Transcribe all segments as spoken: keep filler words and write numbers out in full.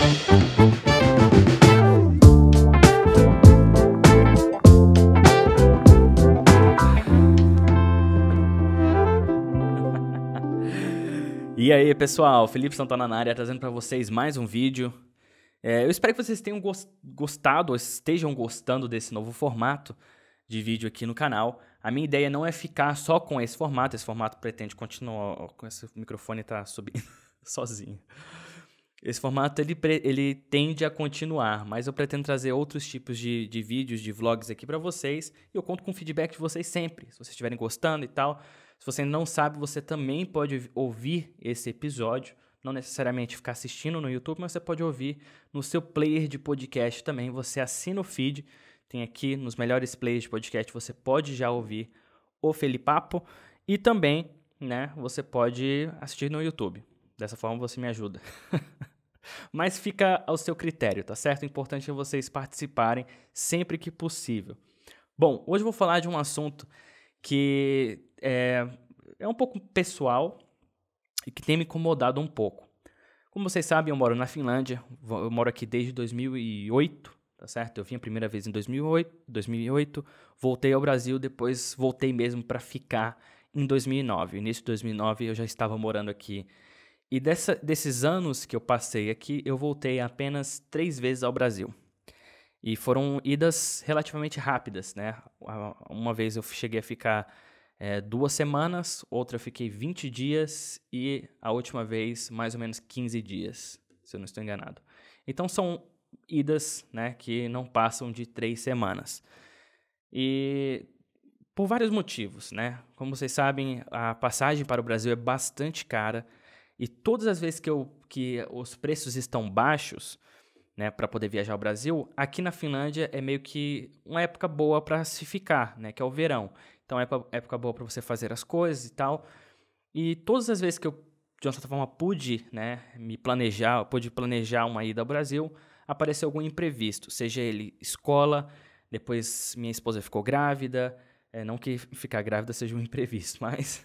E aí, pessoal, Felipe Santana na área, trazendo para vocês mais um vídeo. É, eu espero que vocês tenham gostado ou estejam gostando desse novo formato de vídeo aqui no canal. A minha ideia não é ficar só com esse formato, esse formato pretende continuar, com esse microfone tá subindo sozinho. Esse formato ele, ele tende a continuar, mas eu pretendo trazer outros tipos de, de vídeos, de vlogs aqui para vocês, e eu conto com o feedback de vocês sempre, se vocês estiverem gostando e tal. Se você não sabe, você também pode ouvir esse episódio, não necessariamente ficar assistindo no YouTube, mas você pode ouvir no seu player de podcast também. Você assina o feed, tem aqui nos melhores players de podcast, você pode já ouvir o Felipapo, e também, né, você pode assistir no YouTube. Dessa forma você me ajuda. Mas fica ao seu critério, tá certo? O importante é vocês participarem sempre que possível. Bom, hoje eu vou falar de um assunto que é, é um pouco pessoal e que tem me incomodado um pouco. Como vocês sabem, eu moro na Finlândia, eu moro aqui desde dois mil e oito, tá certo? Eu vim a primeira vez em dois mil e oito, voltei ao Brasil, depois voltei mesmo para ficar em dois mil e nove. No início de dois mil e nove eu já estava morando aqui. E dessa, desses anos que eu passei aqui, eu voltei apenas três vezes ao Brasil. E foram idas relativamente rápidas, né? Uma vez eu cheguei a ficar é, duas semanas, outra eu fiquei vinte dias e a última vez mais ou menos quinze dias, se eu não estou enganado. Então são idas, né, que não passam de três semanas. E por vários motivos, né? Como vocês sabem, a passagem para o Brasil é bastante cara. E todas as vezes que, eu, que os preços estão baixos, né, para poder viajar ao Brasil, aqui na Finlândia é meio que uma época boa para se ficar, né, que é o verão. Então é época, época boa para você fazer as coisas e tal. E todas as vezes que eu, de uma certa forma, pude, né, me planejar, pude planejar uma ida ao Brasil, apareceu algum imprevisto, seja ele escola, depois minha esposa ficou grávida, é, não que ficar grávida seja um imprevisto, mas...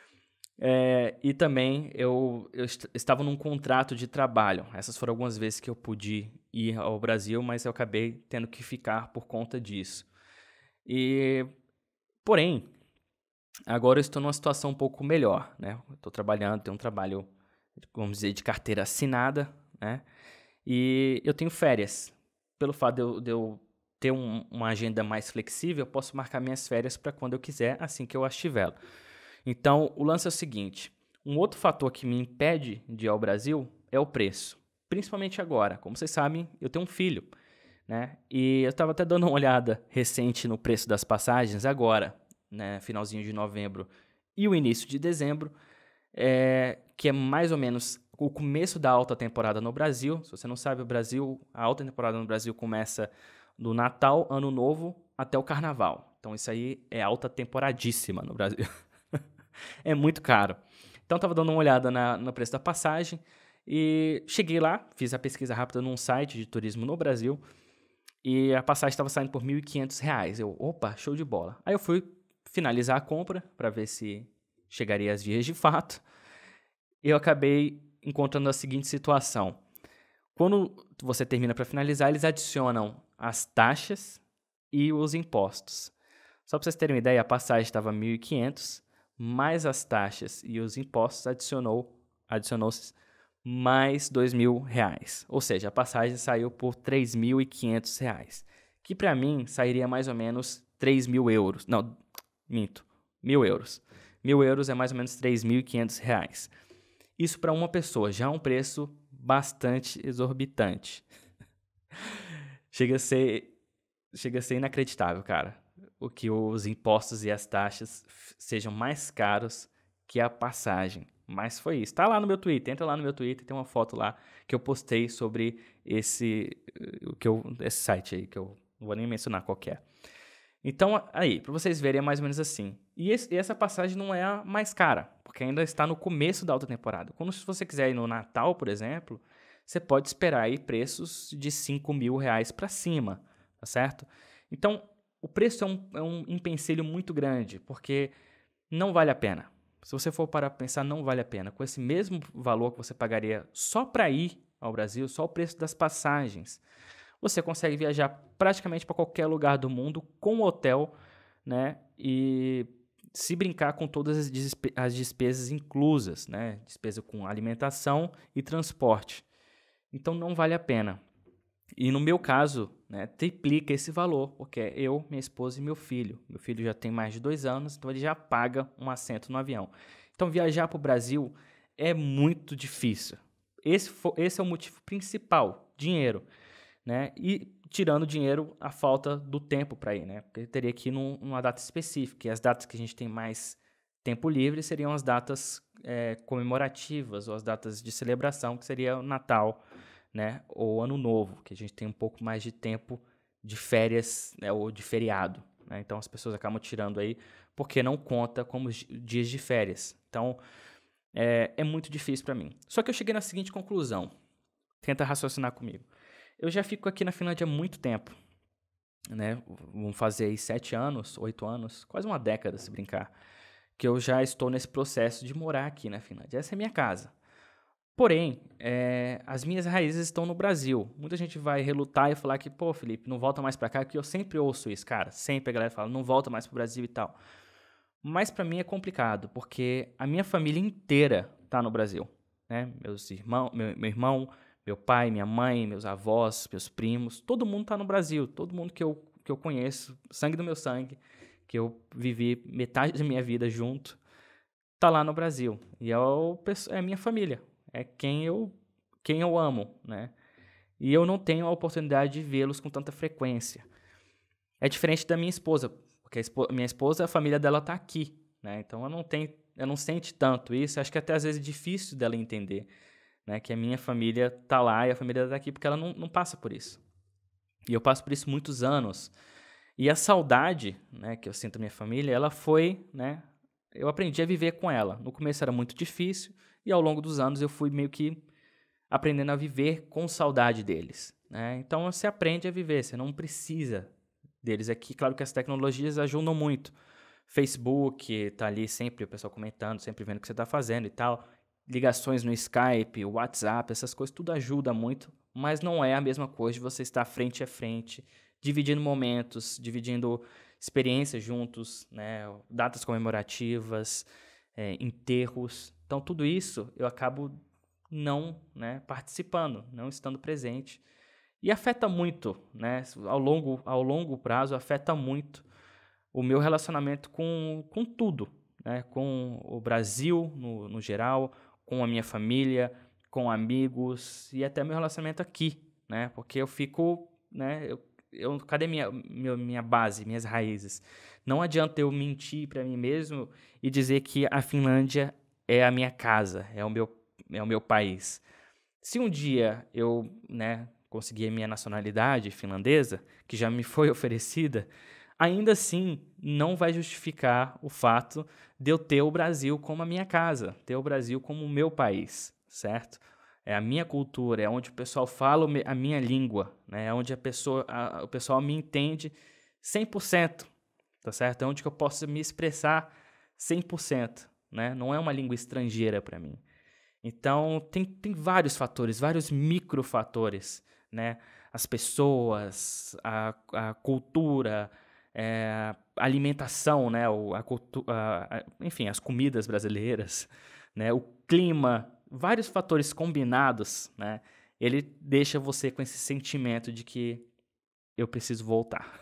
É, e também eu, eu est- estava num contrato de trabalho. Essas foram algumas vezes que eu pude ir ao Brasil, mas eu acabei tendo que ficar por conta disso. E, porém, agora eu estou numa situação um pouco melhor, né? Estou trabalhando, tenho um trabalho, vamos dizer, de carteira assinada, né? E eu tenho férias. Pelo fato de eu, de eu ter um- uma agenda mais flexível, eu posso marcar minhas férias para quando eu quiser, assim que eu as tiver. Então, o lance é o seguinte, um outro fator que me impede de ir ao Brasil é o preço, principalmente agora. Como vocês sabem, eu tenho um filho, né? E eu estava até dando uma olhada recente no preço das passagens agora, né? Finalzinho de novembro e o início de dezembro, é, que é mais ou menos o começo da alta temporada no Brasil. Se você não sabe, o Brasil, a alta temporada no Brasil começa do Natal, Ano Novo, até o Carnaval. Então, isso aí é alta temporadíssima no Brasil. É muito caro. Então, eu estava dando uma olhada na, no preço da passagem e cheguei lá, fiz a pesquisa rápida num site de turismo no Brasil e a passagem estava saindo por mil e quinhentos reais. Eu, opa, show de bola. Aí eu fui finalizar a compra para ver se chegaria às vias de fato e eu acabei encontrando a seguinte situação. Quando você termina para finalizar, eles adicionam as taxas e os impostos. Só para vocês terem uma ideia, a passagem estava mil e quinhentos reais, mais as taxas e os impostos adicionou, adicionou-se mais dois mil reais. Ou seja, a passagem saiu por três mil e quinhentos reais, que para mim sairia mais ou menos três mil euros. Não, minto, mil euros. Mil euros é mais ou menos três mil e quinhentos reais. Isso para uma pessoa já é um preço bastante exorbitante. Chega a ser, chega a ser inacreditável, cara. O que os impostos e as taxas f- sejam mais caros que a passagem. Mas foi isso. Tá lá no meu Twitter, entra lá no meu Twitter, tem uma foto lá que eu postei sobre esse, o que eu, esse site aí, que eu não vou nem mencionar qual que é. Então, aí, para vocês verem, é mais ou menos assim. E, esse, e essa passagem não é a mais cara, porque ainda está no começo da alta temporada. Quando se você quiser ir no Natal, por exemplo, você pode esperar aí preços de cinco mil reais para cima, tá certo? Então, o preço é um, é um empecilho muito grande, porque não vale a pena. Se você for para pensar, não vale a pena. Com esse mesmo valor que você pagaria só para ir ao Brasil, só o preço das passagens, você consegue viajar praticamente para qualquer lugar do mundo com hotel, né? E se brincar com todas as, despe as despesas inclusas, né? Despesa com alimentação e transporte. Então não vale a pena. E no meu caso, né, triplica esse valor, porque é eu, minha esposa e meu filho. Meu filho já tem mais de dois anos, então ele já paga um assento no avião. Então viajar para o Brasil é muito difícil. Esse, for, esse é o motivo principal, dinheiro. Né? E tirando dinheiro, a falta do tempo para ir, né? Porque teria que ir num, numa data específica. E as datas que a gente tem mais tempo livre seriam as datas é, comemorativas ou as datas de celebração, que seria o Natal, né? Ou Ano Novo, que a gente tem um pouco mais de tempo de férias, né? Ou de feriado. Né? Então as pessoas acabam tirando aí porque não conta como dias de férias. Então é, é muito difícil para mim. Só que eu cheguei na seguinte conclusão. Tenta raciocinar comigo. Eu já fico aqui na Finlândia há muito tempo, né? Vamos fazer aí sete anos, oito anos, quase uma década, se brincar, que eu já estou nesse processo de morar aqui na Finlândia. Essa é a minha casa. Porém, é, as minhas raízes estão no Brasil. Muita gente vai relutar e falar que, pô, Felipe, não volta mais pra cá, que eu sempre ouço isso, cara. Sempre a galera fala, não volta mais pro Brasil e tal. Mas pra mim é complicado, porque a minha família inteira tá no Brasil, né? Meus irmãos, meu, meu irmão... Meu pai, minha mãe, meus avós, meus primos, todo mundo está no Brasil. Todo mundo que eu, que eu conheço, sangue do meu sangue, que eu vivi metade da minha vida junto, está lá no Brasil. E é, o, é a minha família, é quem eu, quem eu amo, né? E eu não tenho a oportunidade de vê-los com tanta frequência. É diferente da minha esposa, porque a espo, minha esposa, a família dela está aqui, né? Então ela não tem, ela não sente tanto isso. Acho que até às vezes é difícil dela entender. Né, que a minha família tá lá e a família tá aqui porque ela não, não passa por isso. E eu passo por isso muitos anos. E a saudade, né, que eu sinto da minha família, ela foi, né, eu aprendi a viver com ela. No começo era muito difícil e ao longo dos anos eu fui meio que aprendendo a viver com saudade deles. Né? Então você aprende a viver, você não precisa deles aqui. Claro que as tecnologias ajudam muito. Facebook tá ali sempre o pessoal comentando, sempre vendo o que você tá fazendo e tal. Ligações no Skype, WhatsApp, essas coisas, tudo ajuda muito, mas não é a mesma coisa de você estar frente a frente, dividindo momentos, dividindo experiências juntos, né, datas comemorativas, é, enterros. Então, tudo isso eu acabo não, né, participando, não estando presente. E afeta muito, né, ao longo, ao longo prazo, afeta muito o meu relacionamento com, com tudo, né, com o Brasil no, no geral, com a minha família, com amigos e até meu relacionamento aqui, né? Porque eu fico, né? Eu, eu, cadê minha, minha, minha base, minhas raízes? Não adianta eu mentir para mim mesmo e dizer que a Finlândia é a minha casa, é o meu, é o meu país. Se um dia eu, né, conseguir a minha nacionalidade finlandesa, que já me foi oferecida, ainda assim não vai justificar o fato de eu ter o Brasil como a minha casa, ter o Brasil como o meu país, certo? É a minha cultura, é onde o pessoal fala a minha língua, né? É onde a pessoa, a, o pessoal me entende cem por cento, tá certo? É onde que eu posso me expressar cem por cento, né? Não é uma língua estrangeira para mim. Então, tem, tem vários fatores, vários microfatores, né? As pessoas, a, a cultura, é, a alimentação, né? O, a, a, a, enfim, as comidas brasileiras, né? O clima, vários fatores combinados, né? Ele deixa você com esse sentimento de que eu preciso voltar.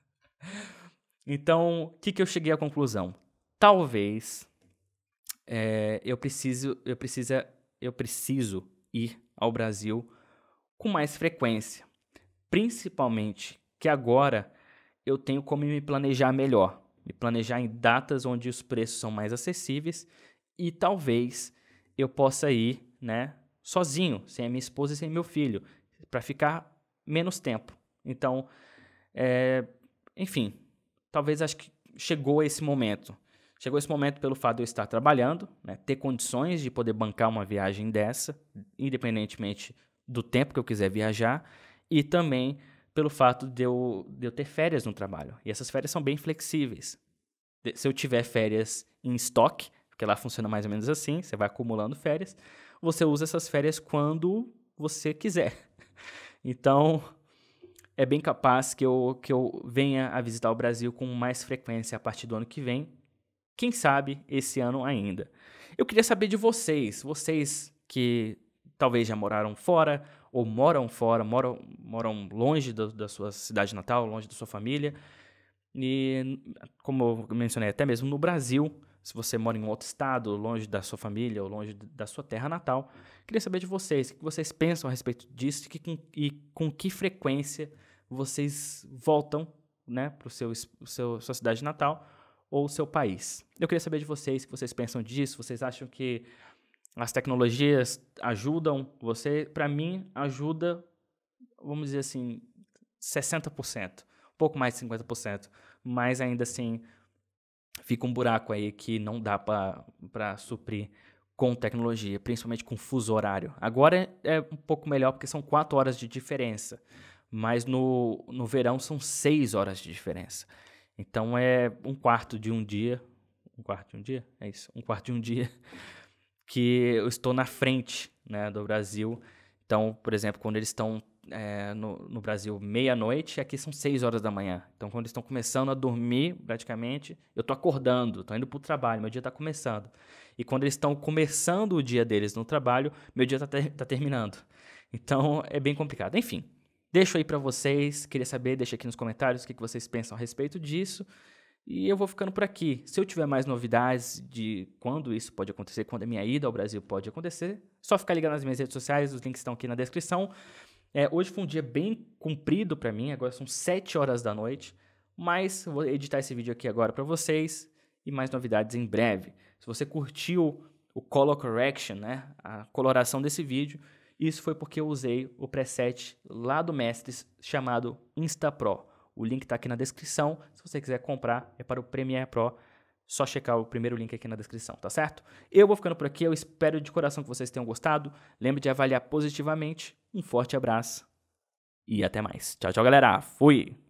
Então, o que, que eu cheguei à conclusão? Talvez é, eu preciso, eu precisa, eu preciso ir ao Brasil com mais frequência, principalmente que agora eu tenho como me planejar melhor, me planejar em datas onde os preços são mais acessíveis e talvez eu possa ir, né, sozinho, sem a minha esposa e sem meu filho, para ficar menos tempo. Então, é, enfim, talvez acho que chegou esse momento. Chegou esse momento pelo fato de eu estar trabalhando, né, ter condições de poder bancar uma viagem dessa, independentemente do tempo que eu quiser viajar, e também pelo fato de eu, de eu ter férias no trabalho. E essas férias são bem flexíveis. Se eu tiver férias em estoque, porque lá funciona mais ou menos assim, você vai acumulando férias, você usa essas férias quando você quiser. Então, é bem capaz que eu, que eu venha a visitar o Brasil com mais frequência a partir do ano que vem. Quem sabe esse ano ainda. Eu queria saber de vocês, vocês que talvez já moraram fora, ou moram fora, moram, moram longe do, da sua cidade natal, longe da sua família. E, como eu mencionei, até mesmo no Brasil, se você mora em um outro estado, longe da sua família ou longe da sua terra natal, queria saber de vocês, o que vocês pensam a respeito disso e, que, e com que frequência vocês voltam, né, para o seu, seu, sua cidade natal ou seu país. Eu queria saber de vocês o que vocês pensam disso, vocês acham que as tecnologias ajudam você? Para mim, ajuda, vamos dizer assim, sessenta por cento, um pouco mais de cinquenta por cento, mas ainda assim fica um buraco aí que não dá para suprir com tecnologia, principalmente com fuso horário. Agora é, é um pouco melhor porque são quatro horas de diferença, mas no, no verão são seis horas de diferença. Então é um quarto de um dia, um quarto de um dia? É isso, um quarto de um dia que eu estou na frente, né, do Brasil. Então, por exemplo, quando eles estão é, no, no Brasil meia-noite, aqui são seis horas da manhã. Então, quando eles estão começando a dormir, praticamente, eu estou acordando, estou indo para o trabalho, meu dia está começando. E quando eles estão começando o dia deles no trabalho, meu dia está ter, tá terminando. Então, é bem complicado. Enfim, deixo aí para vocês, queria saber, deixa aqui nos comentários o que, que vocês pensam a respeito disso. E eu vou ficando por aqui. Se eu tiver mais novidades de quando isso pode acontecer, quando a minha ida ao Brasil pode acontecer, só ficar ligado nas minhas redes sociais, os links estão aqui na descrição. É, hoje foi um dia bem comprido para mim, agora são sete horas da noite, mas eu vou editar esse vídeo aqui agora para vocês e mais novidades em breve. Se você curtiu o Color Correction, né, a coloração desse vídeo, isso foi porque eu usei o preset lá do Mestres chamado InstaPro. O link está aqui na descrição. Se você quiser comprar, é para o Premiere Pro. Só checar o primeiro link aqui na descrição, tá certo? Eu vou ficando por aqui. Eu espero de coração que vocês tenham gostado. Lembre de avaliar positivamente. Um forte abraço e até mais. Tchau, tchau, galera. Fui!